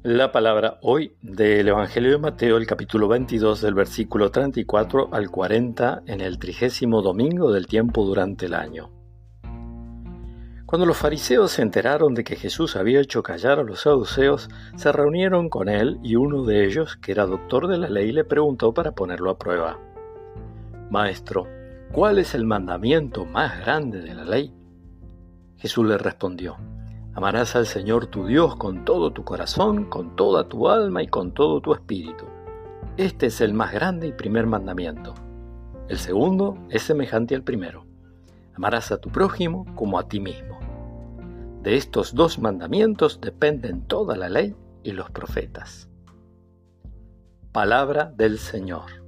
La palabra hoy del Evangelio de Mateo, el capítulo 22, del versículo 34 al 40, en el 30º domingo del tiempo durante el año. Cuando los fariseos se enteraron de que Jesús había hecho callar a los saduceos, se reunieron con él y uno de ellos, que era doctor de la ley, le preguntó para ponerlo a prueba: «Maestro, ¿cuál es el mandamiento más grande de la ley?». Jesús le respondió: «Amarás al Señor tu Dios con todo tu corazón, con toda tu alma y con todo tu espíritu. Este es el más grande y primer mandamiento. El segundo es semejante al primero: amarás a tu prójimo como a ti mismo. De estos dos mandamientos dependen toda la ley y los profetas». Palabra del Señor.